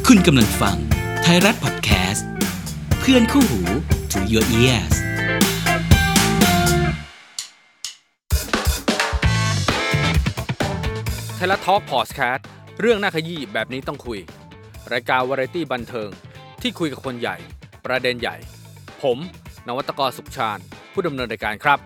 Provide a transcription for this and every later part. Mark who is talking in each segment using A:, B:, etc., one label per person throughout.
A: คุณกำลังฟังไทยรัฐพอดแคสต์เพื่อนคู่หู to your ears
B: ไทยรัฐทอล์คพอดแคสต์เรื่องน่าขยี้แบบนี้ต้องคุยรายการวาไรตี้บันเทิงที่คุยกับคนใหญ่ประเด็นใหญ่ผมนวัตกรสุขชาญผู้ดำเนินรายการครับ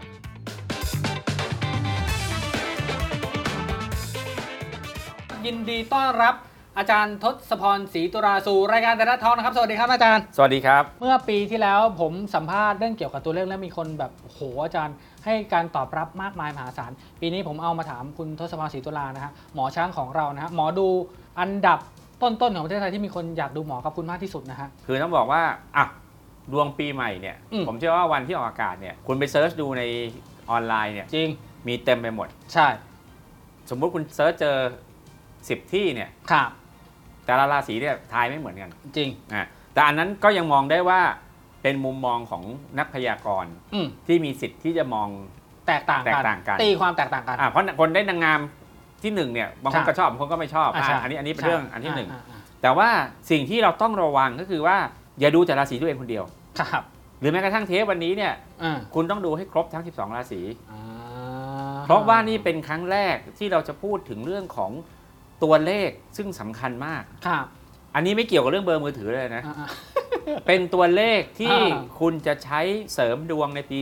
B: ยินดีต้อนรับอาจารย์ทศพรศรีตุลาสู่รายการไทยรัฐทอล์คนะครับสวัสดีครับอาจารย์
C: สวัสดีครับ
B: เมื่อปีที่แล้วผมสัมภาษณ์เรื่องเกี่ยวกับตัวเลขแล้วมีคนแบบโหอาจารย์ให้การตอบรับมากมายมหาศาลปีนี้ผมเอามาถามคุณทศพรศรีตุลานะฮะหมอช้างของเรานะฮะหมอดูอันดับต้นๆของประเทศไทยที่มีคนอยากดูหมอกับคุณมากที่สุดนะฮะ
C: คือต้องบอกว่าดวงปีใหม่เนี่ยผมเชื่อว่าวันที่ออกอากาศเนี่ยคุณไปเซิร์ชดูในออนไลน์เนี่ย
B: จริง
C: มีเต็มไปหมด
B: ใช่
C: สมมุติคุณเซิร์ชเจอ10ที่เนี่ย
B: ครับ
C: แต่ละราศีเนี่ยทายไม่เหมือนกัน
B: จริง
C: แต่อันนั้นก็ยังมองได้ว่าเป็นมุมมองของนักพยากรณ์ที่มีสิทธิ์ที่จะมอง
B: แตกต่างกันตีความแตกต่างกัน
C: เพราะคนได้นางงามที่1เนี่ยบางคนก็ชอบบางคนก็ไม่ชอบอันนี้เป็นเรื่องอันที่1แต่ว่าสิ่งที่เราต้องระวังก็คือว่าอย่าดูแต่ราศีตัวเองคนเดียว
B: ครับ
C: หรือแม้กระทั่งเทปวันนี้เนี่ยคุณต้องดูให้ครบทั้ง12ราศีเพราะว่านี่เป็นครั้งแรกที่เราจะพูดถึงเรื่องของตัวเลขซึ่งสำคัญมากอันนี้ไม่เกี่ยวกับเรื่องเบอร์มือถือเลยนะเป็นตัวเลขที่คุณจะใช้เสริมดวงในปี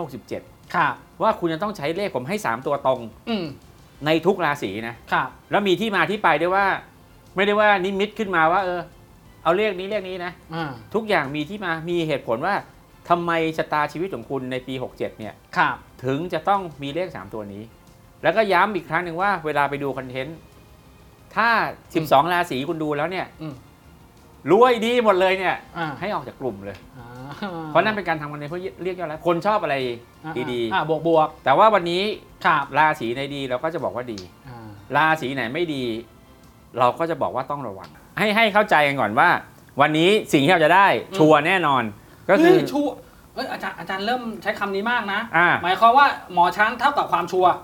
C: 2567ว่าคุณจะต้องใช้เลขผมให้3ตัวตรงในทุกราศีนะแล้วมีที่มาที่ไปด้วยว่าไม่ได้ว่านิมิตขึ้นมาว่าเอาเลขนี้นะทุกอย่างมีที่มามีเหตุผลว่าทำไมชะตาชีวิตของคุณในปี67เนี่ยถึงจะต้องมีเลข3ตัวนี้แล้วก็ย้ำอีกครั้งหนึ่งว่าเวลาไปดูคอนเทนต์ถ้า12ราศีคุณดูแล้วเนี่ยรวยดีหมดเลยเนี่ยให้ออกจากกลุ่มเลยเพราะนั่นเป็นการทำกันในเพื่อเรียกยอดแล้วคนชอบอะไรดี
B: บวก
C: แต่ว่าวันนี้ราศีไหนดีเราก็จะบอกว่าดีราศีไหนไม่ดีเราก็จะบอกว่าต้องระวังให้เข้าใจกันก่อนว่าวันนี้สิ่งที่เราจะได้ชัวร์แน่นอนก็คือ
B: ชัวร์อาจารย์เริ่มใช้คำนี้มากนะหมายความว่าหมอช้างเท่ากับความชัวร์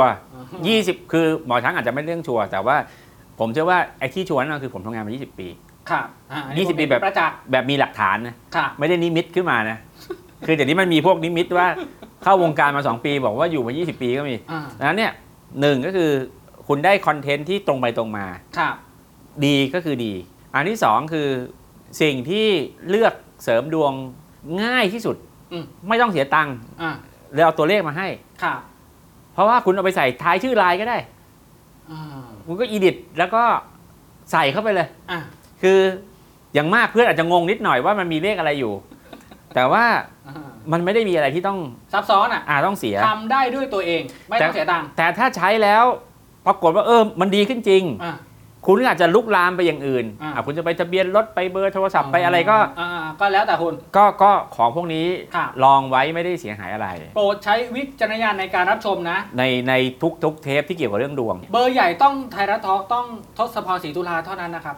C: 20คือหมอช้างอาจจะไม่เรื่องชัวร์แต่ว่าผมเชื่อว่าไอ้ที่ชัวร์นั่นคือผมทำงานมา20 ปี
B: ครับ
C: 20 ปีแบบมีหลักฐานนะไม่ได้นิมิตขึ้นมานะคือเดี๋ยวนี้มันมีพวกนิมิตว่าเข้าวงการมา2 ปีบอกว่าอยู่มา20 ปีก็มีดังนั้นเนี่ย1ก็คือคุณได้คอนเทนต์ที่ตรงไปตรงมาดีก็คือดีอันที่2คือสิ่งที่เลือกเสริมดวงง่ายที่สุดไม่ต้องเสียตังค์แล้วเอาตัวเลขมาให้เพราะว่าคุณเอาไปใส่ท้ายชื่อไลน์ก็ได้คุณก็อีดิทแล้วก็ใส่เข้าไปเลยคืออย่างมากเพื่อนอาจจะงงนิดหน่อยว่ามันมีเลขอะไรอยู่แต่ว่ามันไม่ได้มีอะไรที่ต้อง
B: ซับซ้อน
C: ต้องเสีย
B: ทำได้ด้วยตัวเองไม่ต้องเสียตังค์
C: แต่ถ้าใช้แล้วปรากฏว่ามันดีขึ้นจริงคุณอาจจะลุกลามไปอย่างอื่นคุณจะไปทะเบียนรถไปเบอร์โทรศัพท์ไปอะไร
B: ก็แล้วแต่คุณ
C: ก็ของพวกนี้ลองไว้ไม่ได้เสียหายอะไร
B: โปรดใช้วิจารณญาณในการรับชมนะ
C: ในทุกเทปที่เกี่ยวกับเรื่องดวง
B: เบอร์ใหญ่ต้องไทยรัฐทอล์คต้องทศพรศรีตุลาเท่านั้นนะครับ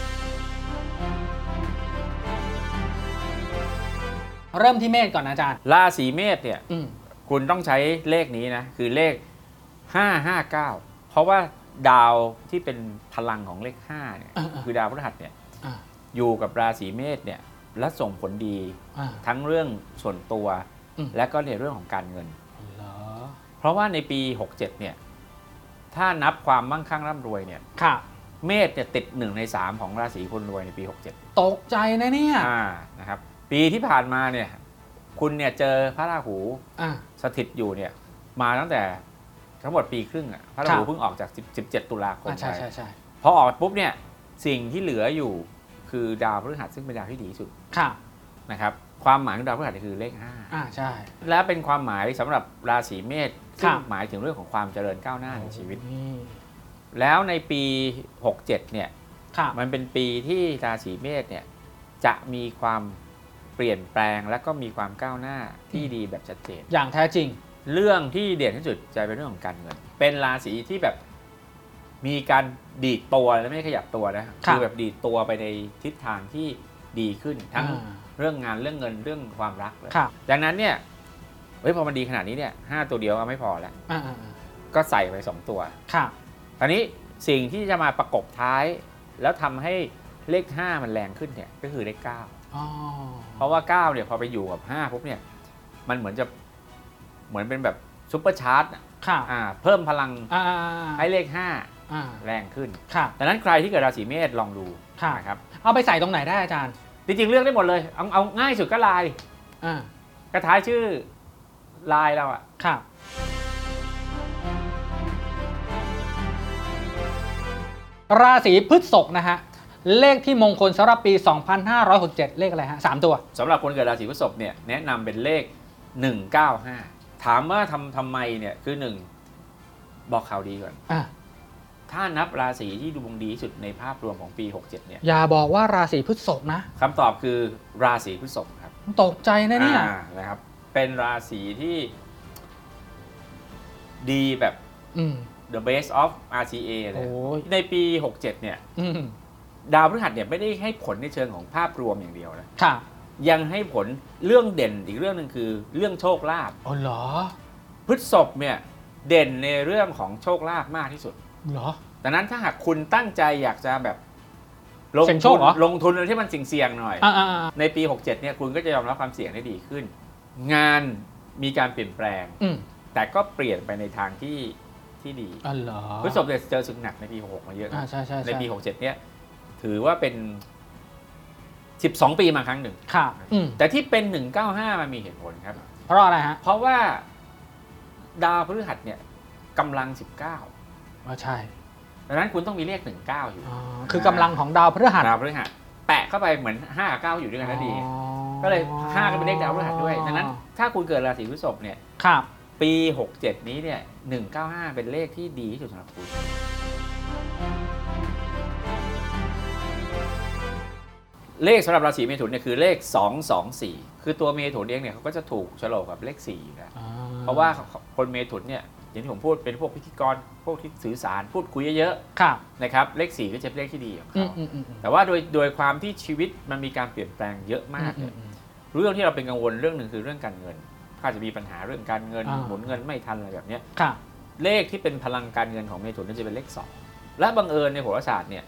B: เริ่มที่เมษก่อนอาจารย์
C: ราศีเมษเนี่ยคุณต้องใช้เลขนี้นะคือเลข559เพราะว่าดาวที่เป็นพลังของเลข5เนี่ยคือดาวพฤหัสเนี่ยอยู่กับราศีเมษเนี่ยและส่งผลดีทั้งเรื่องส่วนตัวและก็ในเรื่องของการเงินเพราะว่าในปี67เนี่ยถ้านับความมั่งคั่งร่ำรวยเนี่ยเมษเนี่ยติด1 ใน 3ของราศีคนรวยในปี67
B: ตกใจนะเนี่ย
C: นะครับปีที่ผ่านมาเนี่ยคุณเนี่ยเจอพระราหูสถิตอยู่เนี่ยมาตั้งแต่ทั้งหมดปีครึ่งพระราหูเพิ่งออกจาก17 ตุลาคม
B: ใช่
C: พอออกปุ๊บเนี่ยสิ่งที่เหลืออยู่คือดาวพฤหัสซึ่งเป็นดาวที่ดีที่สุดนะครับความหมายของดาวพฤหัสคือเลข
B: 5ใช่
C: และเป็นความหมายสำหรับราศีเมษซึ่งหมายถึงเรื่องของความเจริญก้าวหน้าในชีวิตแล้วในปี67เนี่ยมันเป็นปีที่ราศีเมษเนี่ยจะมีความเปลี่ยนแปลงและก็มีความก้าวหน้าที่ดีแบบชัดเจน
B: อย่างแท้จริง
C: เรื่องที่เด่นที่สุดจะเป็นเรื่องของการเงินเป็นราศีที่แบบมีการดีดตัวและไม่ขยับตัวนะคือแบบดีดตัวไปในทิศทางที่ดีขึ้นทั้งเรื่องงานเรื่องเงินเรื่องความรักเลยดังนั้นเนี่ยพอมันดีขนาดนี้เนี่ย5 ตัวเดียวก็ไม่พอแล้วก็ใส่ไป2 ตัวตอนนี้สิ่งที่จะมาประกบท้ายแล้วทำให้เลข5มันแรงขึ้นเนี่ยก็คือเลข9
B: อ๋อ
C: เพราะว่า9เนี่ยพอไปอยู่กับ5ปุ๊บเนี่ยมันเหมือนเป็นแบบซุปเปอร์ชาร์จเพิ่มพลังให้เลข5แรงขึ้นดังนั้นใครที่เกิดราศีเมษลองดูนะครับ
B: เอาไปใส่ตรงไหนได้อาจารย์
C: จริงๆเลือกได้หมดเลยเอาง่ายสุดก็ลายกระท้ายชื่อลายเราอ่ะ
B: ครับราศีพฤษภนะฮะเลขที่มงคลสำหรับปี 2567 เลขอะไรฮะ3ตัว
C: สำหรับคนเกิดราศีพฤษภเนี่ยแนะนำเป็นเลข195ถามว่าทำไมเนี่ยคือ1บอกข่าวดีก่อนถ้านับราศีที่ดวงดีที่สุดในภาพรวมของปี67เนี่ย
B: อย่าบอกว่าราศีพฤษภนะ
C: คำตอบคือราศีพฤษภครับ
B: ตกใจนะเนี่ย
C: นะครับเป็นราศีที่ดีแบบ the best of RCA เลยในปี 67 เนี่ยดาวพฤหัสเนี่ยไม่ได้ให้ผลในเชิงของภาพรวมอย่างเดียวนะยังให้ผลเรื่องเด่นอีกเรื่องนึงคือเรื่องโชคลาภ
B: อ๋อเหรอ
C: พฤษภเนี่ยเด่นในเรื่องของโชคลาภมากที่สุด
B: เหรอ
C: ดังนั้นถ้าหากคุณตั้งใจอยากจะแบบลงทุนอะไรที่มันเสี่ยงหน่อยในปี 67 เนี่ยคุณก็จะยอมรับความเสี่ยงได้ดีขึ้นงานมีการเปลี่ยนแปลงแต่ก็เปลี่ยนไปในทางที่ดีพฤษภเนี่ยเจอศึกหนักในปี 66 มาเยอะนะในปี 67 เนี่ยถือว่าเป็น12 ปีมาครั้งหนึ่งแต่ที่เป็น195มันมีเหตุผลครับ
B: เพราะอะไรฮะ
C: เพราะว่าดาวพฤหัสเนี่ยกำลัง19
B: ใช่
C: ดังนั้นคุณต้องมีเลข19อยู่
B: คือกำลังของดาวพฤหัส
C: แปะเข้าไปเหมือน5กับ9อยู่ด้วยกันแล้วดีก็เลย5ก็เป็นเลขดาวพฤหัสด้วยดังนั้นถ้าคุณเกิดราศีพฤษภเนี่ยปี67นี้เนี่ย195เป็นเลขที่ดีที่สุดสำหรับคุณเลขสำหรับราศีเมถุนเนี่ยคือเลข224คือตัวเมถุนเองเนี่ยเขาก็จะถูกโฉลกกับเลข4อยู่แล้วเพราะว่าคนเมถุนเนี่ยอย่างที่ผมพูดเป็นพวกพิธีกรพวกที่สื่อสารพูดคุยเยอะๆนะครับเลข4ก็จะเป็นเลขที่ดีของเขาแต่ว่าโดยความที่ชีวิตมันมีการเปลี่ยนแปลงเยอะมากเนี่ยเรื่องที่เราเป็นกังวลเรื่องหนึ่งคือเรื่องการเงินอาจจะมีปัญหาเรื่องการเงินหมุนเงินไม่ทันอะไรแบบนี้เลขที่เป็นพลังการเงินของเมถุนจะเป็นเลข2และบังเอิญในโหราศาสตร์เนี่ย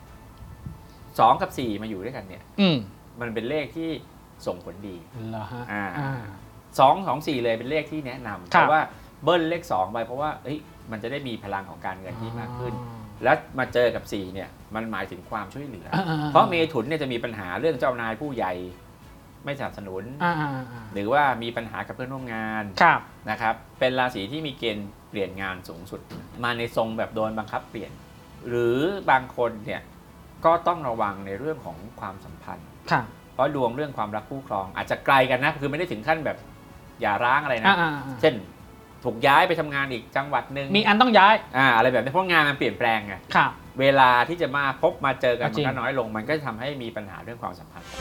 C: 2กับ4มาอยู่ด้วยกันเนี่ยมันเป็นเลขที่ส่งผลดี2 2 4เลยเป็นเลขที่แนะนำเพราะว่าเบิ้ลเลข2ไปเพราะว่ามันจะได้มีพลังของการเงินที่มากขึ้นแล้วมาเจอกับ4เนี่ยมันหมายถึงความช่วยเหลือเพราะเมถุนเนี่ยจะมีปัญหาเรื่องเจ้านายผู้ใหญ่ไม่สนับสนุนหรือว่ามีปัญหากับเพื่อนร่วมงานนะครับเป็นราศีที่มีเกณฑ์เปลี่ยนงานสูงสุดมาในทรงแบบโดนบังคับเปลี่ยนหรือบางคนเนี่ยก็ต้องระวังในเรื่องของความสัมพันธ์เพราะดวงเรื่องความรักคู่ครองอาจจะไกลกันนะคือไม่ได้ถึงขั้นแบบอย่าร้างอะไรนะเช่นถูกย้ายไปทำงานอีกจังหวัดหนึ่ง
B: มีอันต้องย้าย
C: อะไรแบบนี้เพราะงานมันเปลี่ยนแปลงไงเวลาที่จะมาพบมาเจอกันมันก็น้อยลงมันก็จะทำให้มีปัญหาเรื่องความสัมพันธ์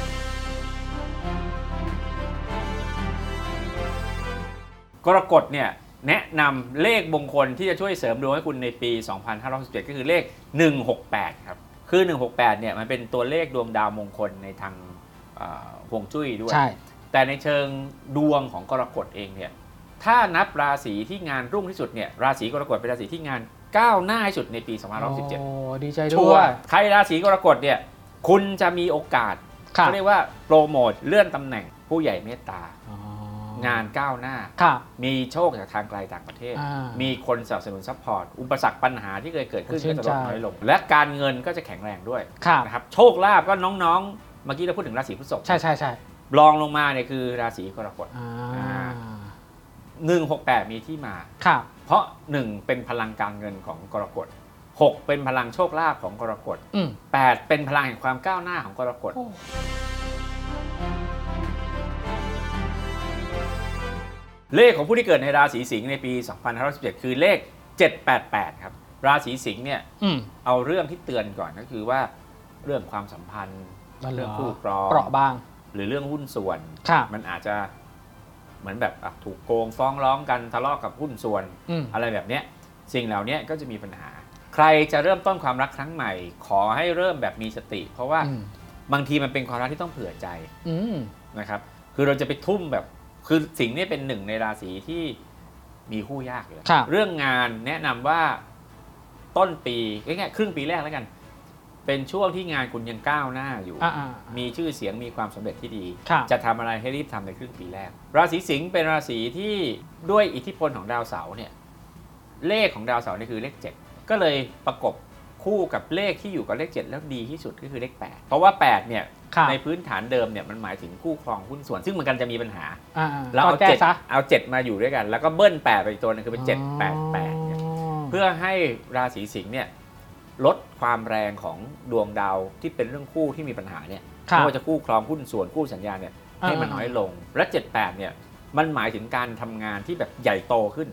C: กรกฎเนี่ยแนะนำเลขมงคลที่จะช่วยเสริมดวงให้คุณในปี 2567 ก็คือเลข168ครับคือ168เนี่ยมันเป็นตัวเลขดวงดาวมงคลในทางฮวงจุ้ยด้วยแต่ในเชิงดวงของกรกฎเองเนี่ยถ้านับราศีที่งานรุ่งที่สุดเนี่ยราศีกรกฎเป็นราศีที่งานก้าวหน้าที่สุดในปี 2567
B: โอ้ดีใจด้วย
C: ใครราศีกรกฎเนี่ยคุณจะมีโอกาสเขาเรียกว่าโปรโมทเลื่อนตำแหน่งผู้ใหญ่เมตตางานก้าวหน้ามีโชคจากทางไกลต่างประเทศมีคนสนับสนุนซัพพอร์ตอุปสรรคปัญหาที่เคยเกิดขึ้นก็จะลดน้อยลงและการเงินก็จะแข็งแรงด้วยนะครับโชคลาภก็น้องๆเมื่อกี้เราพูดถึงราศีพฤษภ
B: ใช่
C: รองลงมาเนี่ยคือราศีกรกฎ168มีที่มาเพราะ1เป็นพลังการเงินของกรกฎ6เป็นพลังโชคลาภของกรกฎ8เป็นพลังแห่งความก้าวหน้าของกรกฎเลขของผู้ที่เกิดในราศีสิงห์ในปี 2517 คือเลข788ครับราศีสิงห์เนี่ยเอาเรื่องที่เตือนก่อนก็คือว่าเรื่องความสัมพันธ์เรื่องคู่ครอง
B: เปราะบาง
C: หรือเรื่องหุ้นส่วนมันอาจจะเหมือนแบบถูกโกงฟ้องร้องกันทะเลาะกับหุ้นส่วนอะไรแบบนี้สิ่งเหล่านี้ก็จะมีปัญหาใครจะเริ่มต้นความรักครั้งใหม่ขอให้เริ่มแบบมีสติเพราะว่าบางทีมันเป็นความรักที่ต้องเผื่อใจนะครับคือเราจะไปทุ่มแบบคือสิงห์นี่เป็นหนึ่งในราศีที่มีคู่ยากเลยเรื่องงานแนะนำว่าต้นปีง่ายๆครึ่งปีแรกแล้วกันเป็นช่วงที่งานคุณยังก้าวหน้าอยู่มีชื่อเสียงมีความสำเร็จที่ดีจะทำอะไรให้รีบทำในครึ่งปีแรกราศีสิงห์เป็นราศีที่ด้วยอิทธิพลของดาวเสาร์เนี่ยเลขของดาวเสาร์นี่คือเลข7ก็เลยประกบคู่กับเลขที่อยู่กับเลข7แล้วดีที่สุดก็คือเลข8เพราะว่า8เนี่ยในพื้นฐานเดิมเนี่ยมันหมายถึงคู่ครองหุ้นส่วนซึ่งมันกันจะมีปัญหาแล้วเอา7มาอยู่ด้วยกันแล้วก็เบิ้ล8ไปอีกตัวนึงคือเป็น788เนี่ยเพื่อให้ราศีสิงห์เนี่ยลดความแรงของดวงดาวที่เป็นเรื่องคู่ที่มีปัญหาเนี่ยไม่ว่าจะคู่ครองหุ้นส่วนคู่สัญญาเนี่ยให้มันน้อยลงและ78เนี่ยมันหมายถึงการทำงานที่แบบใหญ่โตขึ้น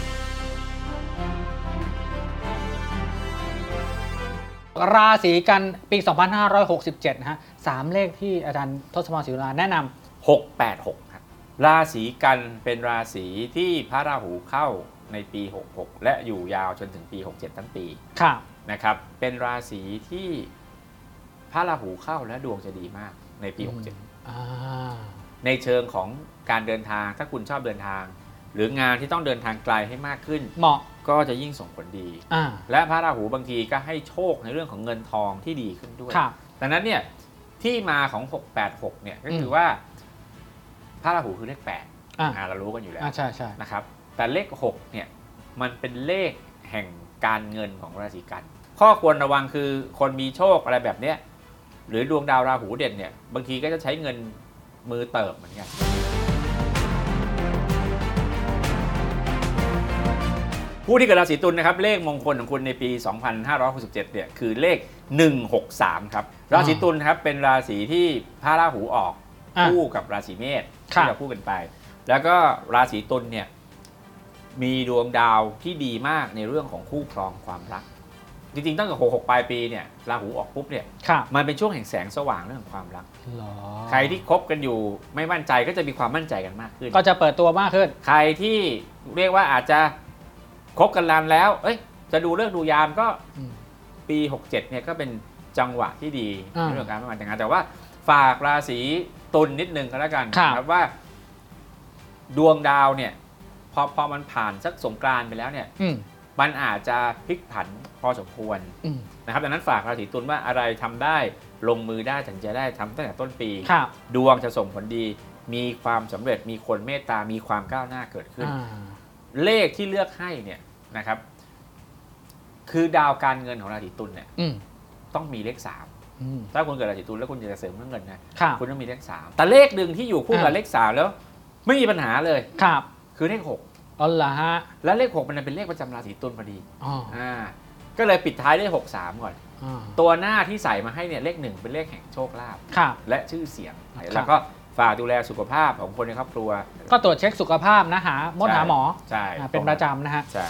B: ราศีกันปี 2567 นะฮะ3เลขที่อาจารย์ทศพร ศรีตุลาแนะน
C: ำ686ครับราศีกันเป็นราศีที่พระราหูเข้าในปี66และอยู่ยาวจนถึงปี67ทั้งปีนะครับเป็นราศีที่พระราหูเข้าและดวงจะดีมากในปี67ในเชิงของการเดินทางถ้าคุณชอบเดินทางหรืองานที่ต้องเดินทางไกลให้มากขึ้น
B: เหมาะ
C: ก็จะยิ่งส่งผลดีและพระราหูบางทีก็ให้โชคในเรื่องของเงินทองที่ดีขึ้นด้วยดังนั้นเนี่ยที่มาของ686เนี่ยก็คือว่าพระราหูคือเลข8เรารู้กันอยู่แล้ว
B: ใช่
C: นะครับแต่เลข6เนี่ยมันเป็นเลขแห่งการเงินของราศีกันข้อควรระวังคือคนมีโชคอะไรแบบเนี้ยหรือดวงดาวราหูเด่นเนี่ยบางทีก็จะใช้เงินมือเติบเหมือนกันผู้ที่เกิดราศีตุลนะครับเลขมงคลของคุณในปี 2567 เนี่ยคือเลข163ครับราศีตุลครับเป็นราศีที่พระราหูออกคู่กับราศีเมษที่เราพูดกันไปแล้วก็ราศีตุลเนี่ยมีดวงดาวที่ดีมากในเรื่องของคู่ครองความรักจริงๆตั้งแต่66ปลายปีเนี่ยราหูออกปุ๊บเนี่ยมันเป็นช่วงแห่งแสงสว่างเรื่องของความรักใครที่คบกันอยู่ไม่มั่นใจก็จะมีความมั่นใจกันมากขึ้น
B: ก็จะเปิดตัวมากขึ้น
C: ใครที่เรียกว่าอาจจะคบกันนานแล้วจะดูเลิกดูยามก็ปี67เนี่ยก็เป็นจังหวะที่ดีในเรื่องการมั่นแต่งงานแต่ว่าฝากราศีตุลนิดนึงก็แล้วกันครับว่าดวงดาวเนี่ยพอมันผ่านสักสงกรานต์ไปแล้วเนี่ยมันอาจจะพลิกผันพอสมควรนะครับดังนั้นฝากราศีตุลว่าอะไรทำได้ลงมือได้ถึงจะได้ทำตั้งแต่ต้นปีดวงจะส่งผลดีมีความสำเร็จมีคนเมตตามีความก้าวหน้าเกิดขึ้นเลขที่เลือกให้เนี่ยนะครับคือดาวการเงินของราศีตุลเนี่ยต้องมีเลข3ถ้าคุณเกิดราศีตุลแล้วคุณจะเสริมเรื่องเงินนะคุณต้องมีเลข3แต่เลขหนึ่งที่อยู่คู่กับเลข3แล้วไม่มีปัญหาเลยคือเลข6
B: อ๋อเหรอฮะ
C: แล้วเลข6มันเป็นเลขประจำราศีตุลพอดีก็เลยปิดท้ายด้วย63ก่อนตัวหน้าที่ใส่มาให้เนี่ยเลข1เป็นเลขแห่งโชคลาภและชื่อเสียงแล้วก็ฝากดูแลสุขภาพของคนในครอบครัว
B: ก็ตรวจเช็คสุขภาพนะหาหมอ
C: ใช่
B: เป็นประจำนะฮะ
C: ใช่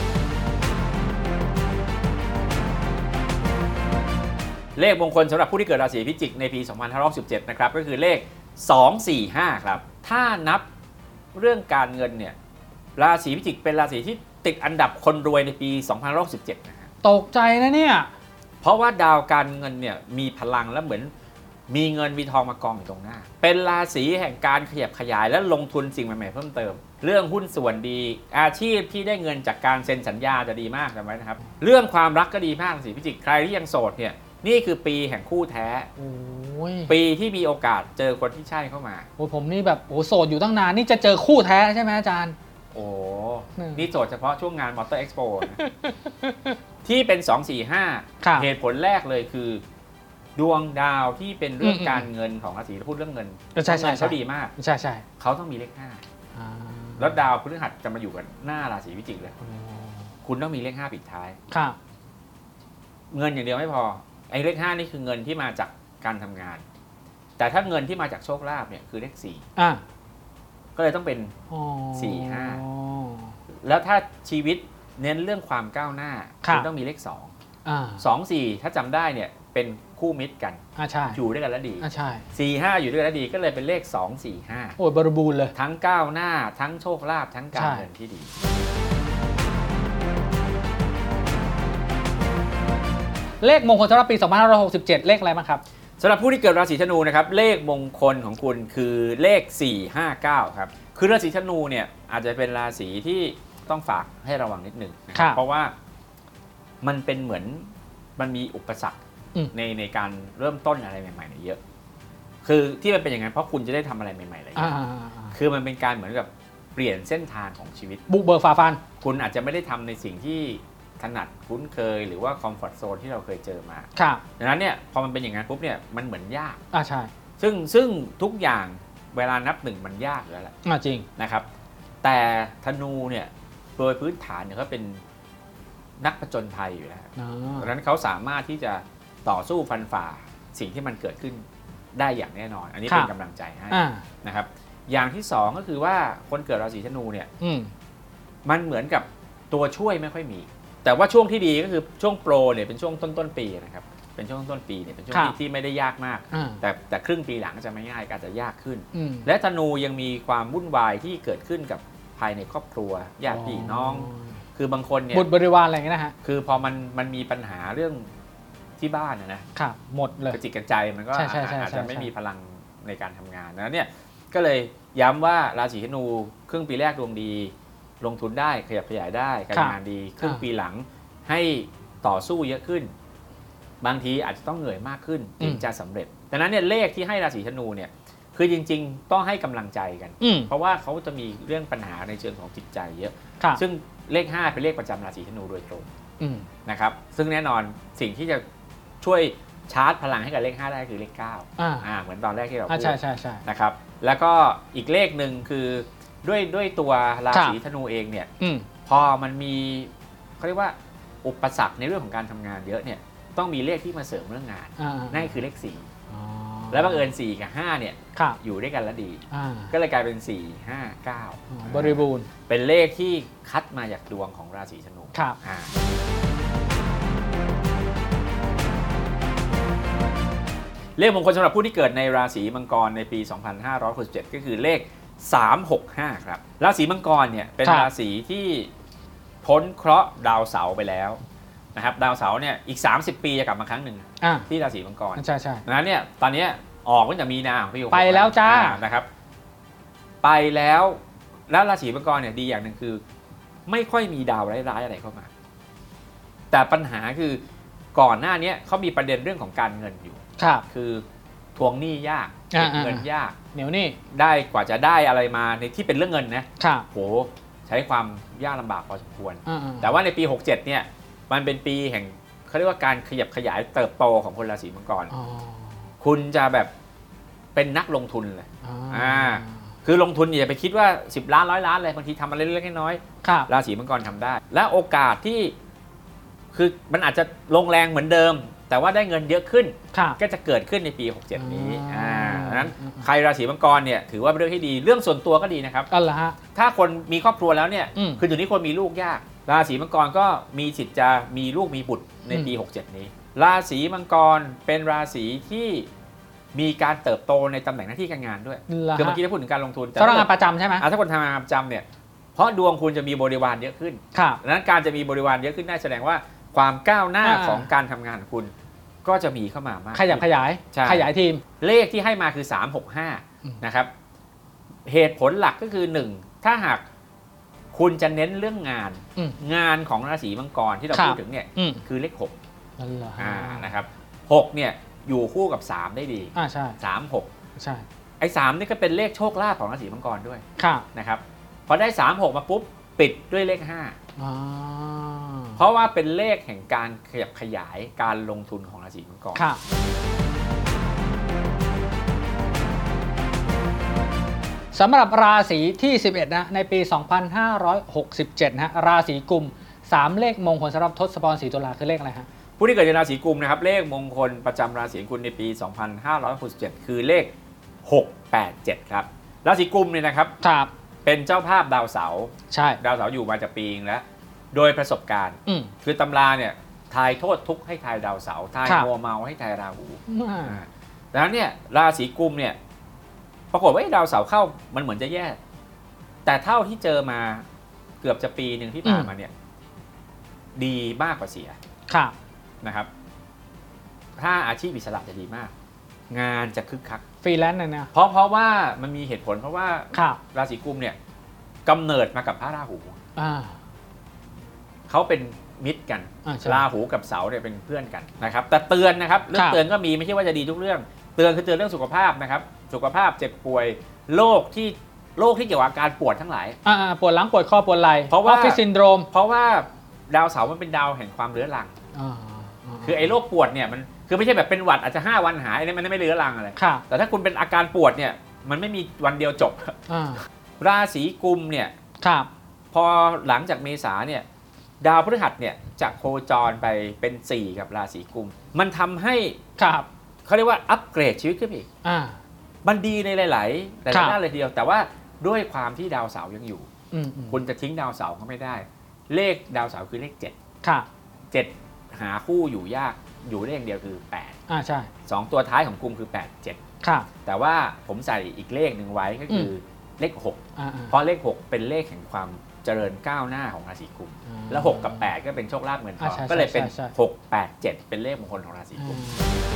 C: เลขมงคลสำหรับผู้ที่เกิดราศีพิจิกในปี 2567 นะครับก็คือเลข245ครับถ้านับเรื่องการเงินเนี่ยราศีพิจิกเป็นราศีที่ติดอันดับคนรวยในปี 2567 นะฮะ
B: ตกใจนะเนี่ย
C: เพราะว่าดาวการเงินเนี่ยมีพลังและเหมือนมีเงินมีทองมากองอยู่ตรงหน้าเป็นราศีแห่งการขยับขยายและลงทุนสิ่งใหม่ๆเพิ่มเติมเรื่องหุ้นส่วนดีอาชีพที่ได้เงินจากการเซ็นสัญญาจะดีมากจำไว้นะครับเรื่องความรักก็ดีมากราศีพิจิกใครที่ยังโสดเนี่ยนี่คือปีแห่งคู่แท้ปีที่มีโอกาสเจอคนที่ใช่เข้ามา
B: โอ้ผมนี่แบบโสดอยู่ตั้งนานนี่จะเจอคู่แท้ใช่ไหมอาจารย์
C: โอ้นี่โสดเฉพาะช่วงงานมอเตอร์เอ็กซ์โปนะที่เป็น245เหตุผลแรกเลยคือดวงดาวที่เป็นเรื่องการเงินของราศีพูดเรื่องเงินเขาดีมาก
B: ใช่
C: เขาต้องมีเลข5แล้วดาวพฤหัสจะมาอยู่กันหน้าราศีพิจิกเลยคุณต้องมีเลข5ปิดท้ายเงินอย่างเดียวไม่พอไอ้เลข5นี่คือเงินที่มาจากการทำงานแต่ถ้าเงินที่มาจากโชคลาภเนี่ยคือเลข4ก็เลยต้องเป็น4-5แล้วถ้าชีวิตเน้นเรื่องความก้าวหน้าคุณต้องมีเลข2-4ถ้าจำได้เนี่ยเป็นคู่มิตรกันอยู่ด้วยกันแล้วดี4-5อยู่ด้วยกันแล้วดีก็เลยเป็นเลข2-4-5
B: โอ้ยบริบูรณ์เลย
C: ทั้งก้าวหน้าทั้งโชคลาภทั้งการเงินที่ดี
B: เลขมงคลสำหรับปี 2567 เลขอะไรบ้างครับ
C: สำหรับผู้ที่เกิดราศีธนูนะครับเลขมงคลของคุณคือเลข459ครับคือราศีธนูเนี่ยอาจจะเป็นราศีที่ต้องฝากให้ระวังนิดหนึ่งนะครับเพราะว่ามันเป็นเหมือนมันมีอุปสรรคในการเริ่มต้นอะไรใหม่ๆเนี่ยเยอะคือที่มันเป็นอย่างนั้นเพราะคุณจะได้ทำอะไรใหม่ๆหลายอย่างคือมันเป็นการเหมือนกับเปลี่ยนเส้นทางของชีวิต
B: บุกเบิกฝ่าฟัน
C: คุณอาจจะไม่ได้ทำในสิ่งที่ถนัดคุ้นเคยหรือว่าคอมฟอร์ตโซนที่เราเคยเจอมาดังนั้นเนี่ยพอมันเป็นอย่างนั้นปุ๊บเนี่ยมันเหมือนยาก
B: ใช่
C: ซึ่งทุกอย่างเวลานับหนึ่งมันยากอยู่แล้วแหละ
B: จริง
C: นะครับแต่ธนูเนี่ยโดยพื้นฐานเนี่ยเขาเป็นนักผจญภัยอยู่แล้วดังนั้นเขาสามารถที่จะต่อสู้ฟันฝ่าสิ่งที่มันเกิดขึ้นได้อย่างแน่นอนอันนี้เป็นกำลังใจให้นะครับอย่างที่สองก็คือว่าคนเกิดราศีธนูเนี่ยมันเหมือนกับตัวช่วยไม่ค่อยมีแต่ว่าช่วงที่ดีก็คือช่วงโปรเนี่ยเป็นช่วงต้นปีนะครับเป็นช่วงต้นปีเนี่ยเป็นช่วงที่ไม่ได้ยากมากแต่ครึ่งปีหลังจะไม่ง่ายก็จะยากขึ้นและธนูยังมีความวุ่นวายที่เกิดขึ้นกับภายในครอบครัวญาติพี่น้องคือบางคนเนี่ย
B: บุตรบริวารอะไรเงี้ยนะฮะ
C: คือพอมันมีปัญหาเรื่องที่บ้าน
B: นะครับหมดเลย
C: กระจิกกระใจมันก็อาจจะไม่มีพลังในการทำงานนะเนี่ยก็เลยย้ำว่าราศีธนูครึ่งปีแรกดวงดีลงทุนได้ขยับขยายได้การงานดีครึ่งปีหลังให้ต่อสู้เยอะขึ้นบางทีอาจจะต้องเหนื่อยมากขึ้นถึงจะสำเร็จดังนั้นเนี่ยเลขที่ให้ราศีธนูเนี่ยคือจริงๆต้องให้กำลังใจกันเพราะว่าเขาจะมีเรื่องปัญหาในเชิงของจิตใจเยอะซึ่งเลข5เป็นเลขประจำราศีธนูโดยตรงนะครับซึ่งแน่นอนสิ่งที่จะช่วยชาร์จพลังให้กับเลข5ได้คือเลข9เหมือนตอนแรกที่เราพูดนะครับแล้วก็อีกเลขหนึ่งคือด้วยตัวราศีธนูเองเนี่ยพอมันมีเขาเรียกว่าอุปสรรคในเรื่องของการทำงานเยอะเนี่ยต้องมีเลขที่มาเสริมเรื่องงานนั่นคือเลข4แล้วบังเอิญ4กับ5เนี่ยอยู่ด้วยกันแล้วดีก็เลยกลายเป็น4 5 9
B: บริบูรณ์
C: เป็นเลขที่คัดมาจากดวงของราศีธนูเลขมงคลสำหรับผู้ที่เกิดในราศีมังกรในปี 2567 ก็คือเลข365ครับราศีมังกรเนี่ยเป็นราศีที่พ้นเคราะห์ดาวเสาร์ไปแล้วนะครับดาวเสาร์เนี่ยอีก30 ปีจะกลับมาครั้งหนึ่งที่ราศีมังกร
B: ใช่ๆ
C: นั้นเนี่ยตอนนี้ออกตั้งแต่มีนาของปี
B: ไปแล้วจ้า
C: นะครับไปแล้วราศีมังกรเนี่ยดีอย่างหนึ่งคือไม่ค่อยมีดาวร้ายๆอะไรเข้ามาแต่ปัญหาคือก่อนหน้านี้เขามีประเด็นเรื่องของการเงินอยู่คือทวงหนี้ยากเก็บเงินยาก
B: เหนียวนี่
C: ได้กว่าจะได้อะไรมาในที่เป็นเรื่องเงินนะโหใช้ความยากลำบากพอสมควรแต่ว่าในปี67เนี่ยมันเป็นปีแห่งเขาเรียกว่าการขยับขยายเติบโตของคนราศีมังกรคุณจะแบบเป็นนักลงทุนเลยคือลงทุนอย่าไปคิดว่า10 ล้าน100 ล้านอะไรบางทีทำอะไรเล็กๆน้อยๆราศีมังกรทำได้และโอกาสที่คือมันอาจจะลงแรงเหมือนเดิมแต่ว่าได้เงินเยอะขึ้นก็จะเกิดขึ้นในปี67นี้ดังนั้นใครราศีมังกรเนี่ยถือว่าเป็นเรื่องที่ดีเรื่องส่วนตัวก็ดีนะครับถ้าคนมีครอบครัวแล้วเนี่ยคืออยู่นี้คนมีลูกยากราศีมังกรก็มีสิทธิ์จะมีลูกมีบุตรในปี67นี้ราศีมังกรเป็นราศีที่มีการเติบโตในตำแหน่งหน้าที่การงานด้วยคือเมื่อกี้ได้พูดถึงการลงทุน
B: แต่ถ้าทำงานประจำใช่ไหม
C: ถ้าคนทำงานประจำเนี่ยเพราะดวงคุณจะมีบริวารเยอะขึ้นดังนั้นการจะมีบริวารเยอะขึ้นน่าแสดงว่าความก้าวหน้าของการทำงานของคุณก็จะมีเข้ามามาก
B: ขยับขยายทีม
C: เลขที่ให้มาคือ365นะครับเหตุผลหลักก็คือ1ถ้าหากคุณจะเน้นเรื่องงานของราศีมังกรที่เราพูดถึงเนี่ยคือเลข6นะครับ6เนี่ยอยู่คู่กับ3ได้ดี
B: ใช่
C: 3 6
B: ใช่
C: ไอ้3นี่ก็เป็นเลขโชคลาภของราศีมังกรด้วยนะครับพอได้3 6มาปุ๊บปิดด้วยเลข5เพราะว่าเป็นเลขแห่งการขยับขยายการลงทุนของราศีมังกร
B: สำหรับราศีที่11นะในปี 2567นะราศีกุม3เลขมงคลสำหรับทศพรศรีตุลาคือเลขอะไรฮะ
C: ผู้ที่เกิดในราศีกุมนะครับเลขมงคลประจำราศีกุมในปี 2567 คือเลข687ครับราศีกุมเนี่ยนะครับเป็นเจ้าภาพดาวเสาร์
B: ใช่
C: ดาวเสาร์อยู่มาจากปีนึงแล้วโดยประสบการณ์คือตำราเนี่ยทายโทษทุกให้ทายดาวเสาร์ทายมัวเมาให้ทายราหูดังนั้นเนี่ยราศีกุมเนี่ยปรากฏว่าดาวเสาร์เข้ามันเหมือนจะแย่แต่เท่าที่เจอมาเกือบจะปีนึงที่ผ่านมาเนี่ยดีมากกว่าเสียนะครับถ้าอาชีพอิสระจะดีมากงานจะคึกคัก
B: ฟรีแลนซ์นะ
C: เพราะว่ามันมีเหตุผลเพราะว่าราศีกุมเนี่ยกำเนิดมากับพระราหูเขาเป็นมิตรกัน
B: ใช่
C: ราหูกับเสาเนี่ยเป็นเพื่อนกันนะครับแต่เตือนนะครับเรื่องเตือนก็มีไม่ใช่ว่าจะดีทุกเรื่องเตือนคือเตือนเรื่องสุขภาพนะครับสุขภาพเจ็บป่วยโรคที่เกี่ยวกับอาการปวดทั้งหลาย
B: ปวดหลังปวดคอปวดไหล่
C: เพราะว่า
B: Office Syndrome
C: เพราะว่าดาวเสาร์มันเป็นดาวแห่งความเรื้อรังคือไอ้โรคปวดเนี่ยมันคือไม่ใช่แบบเป็นหวัดอาจจะ5 วันหายมันไม่เรื้อรังอะไรแต่ถ้าคุณเป็นอาการปวดเนี่ยมันไม่มีวันเดียวจบราศีกุมเนี่ยพอหลังจากเมษาเนี่ยดาวพฤหัสเนี่ยจะโคจรไปเป็น4กับราศีกุมมันทำให้เขาเรียกว่าอัปเกรดชีวิตขึ้นอีกมันดีในหลายด้านเลยทีเดียวแต่ว่าด้วยความที่ดาวเสาร์ยังอยู่คุณจะทิ้งดาวเสาร์เขาไม่ได้เลขดาวเสาร์คือเลข7หาคู่อยู่ยากอยู่ได้อย่างเดียวคือ8
B: ใช่
C: 2ตัวท้ายของกุมคือ8 7แต่ว่าผมใส่อีกเลขหนึ่งไว้ก็คือเลข6เพราะเลข6เป็นเลขแห่งความเจริญก้าวหน้าของราศีกุมแล้ว6กับ8ก็เป็นโชคลาภเงินทองก็เลยเป็น6 8 7เป็นเลขมงคลของราศีกุม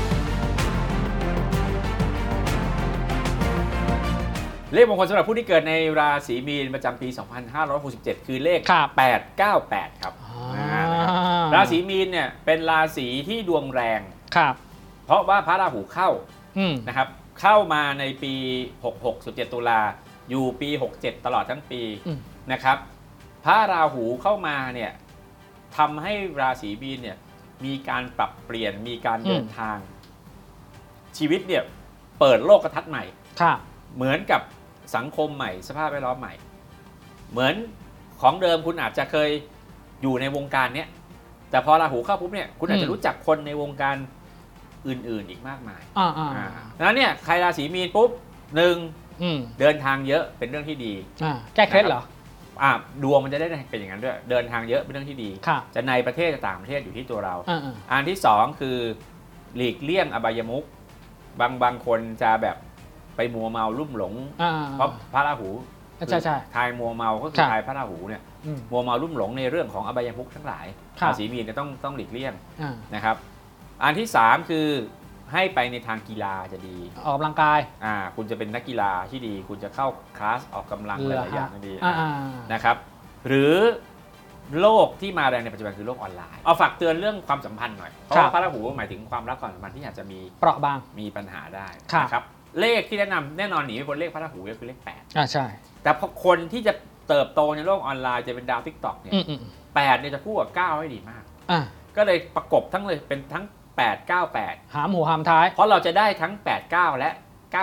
C: เลขมงคลสำหรับผู้ที่เกิดในราศีมีนประจำปี 2567 คือเลข 898 ครับราศีมีนเนี่ยเป็นราศีที่ดวงแรงเพราะว่าพระราหูเข้านะครับเข้ามาในปี 66 17 ตุลาอยู่ปี 67 ตลอดทั้งปีนะครับพระราหูเข้ามาเนี่ยทำให้ราศีมีนเนี่ยมีการปรับเปลี่ยนมีการเดินทางชีวิตเนี่ยเปิดโลกทัศน์ใหม่เหมือนกับสังคมใหม่สภาพแวดล้อมใหม่เหมือนของเดิมคุณอาจจะเคยอยู่ในวงการเนี้ยแต่พอราหูเข้าปุ๊บเนี่ยคุณอาจจะรู้จักคนในวงการอื่นๆอีกมากมายดังนั้นเนี่ยใครราศีมีนปุ๊บ1เดินทางเยอะเป็นเรื่องที่ดี
B: แก้เคล็ดเหรอ
C: ดวงมันจะได้เป็นอย่างนั้นด้วยเดินทางเยอะเป็นเรื่องที่ดีจะในประเทศจะต่างประเทศอยู่ที่ตัวเราอันที่2คือหลีกเลี่ยงอบายมุขบางคนจะแบบไปมัวเมาลุ่มหลงเพราะพระราหูทายมัวเมาก็คือทายพระราหูเนี่ยมัวเมาลุ่มหลงในเรื่องของอบายมุขทั้งหลายราศีมีนจะต้องหลีกเลี่ยงนะครับอันที่3คือให้ไปในทางกีฬาจะดี
B: ออกกำลังกาย
C: คุณจะเป็นนักกีฬาที่ดีคุณจะเข้าคลาสออกกำลังหลายอย่างดีนะครับหรือโลกที่มาแรงในปัจจุบันคือโลกออนไลน์เอาฝากเตือนเรื่องความสัมพันธ์หน่อยเพราะว่าพระราหูหมายถึงความรักความสัมพันธ์ที่อาจจะมี
B: เปราะบาง
C: มีปัญหาได้นะครับเลขที่แนะนำแน่นอนหนีไม่พ้นเลขพระราหูก็คือเลข8
B: ใช่
C: แต่พอคนที่จะเติบโตในโลกออนไลน์จะเป็นดาว TikTok เนี่ย8เนี่ยจะคู่กับ9ให้ดีมากก็เลยประกบทั้งเลยเป็นทั้ง898
B: หามหัวหามท้าย
C: เพราะเราจะได้ทั้ง89และ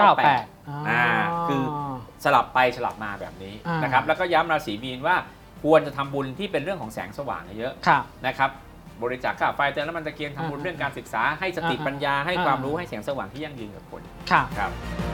C: 98คือสลับไปสลับมาแบบนี้นะครับแล้วก็ย้ำราศีมีนว่าควรจะทำบุญที่เป็นเรื่องของแสงสว่างเยอะนะครับบริจาคค่าไฟเติมน้ำมันตะเกียงทำบุญเรื่องการศึกษาให้สติปัญญาให้ความรู้ให้แสงสว่างที่ยั่งยืนกับคน
B: ครับ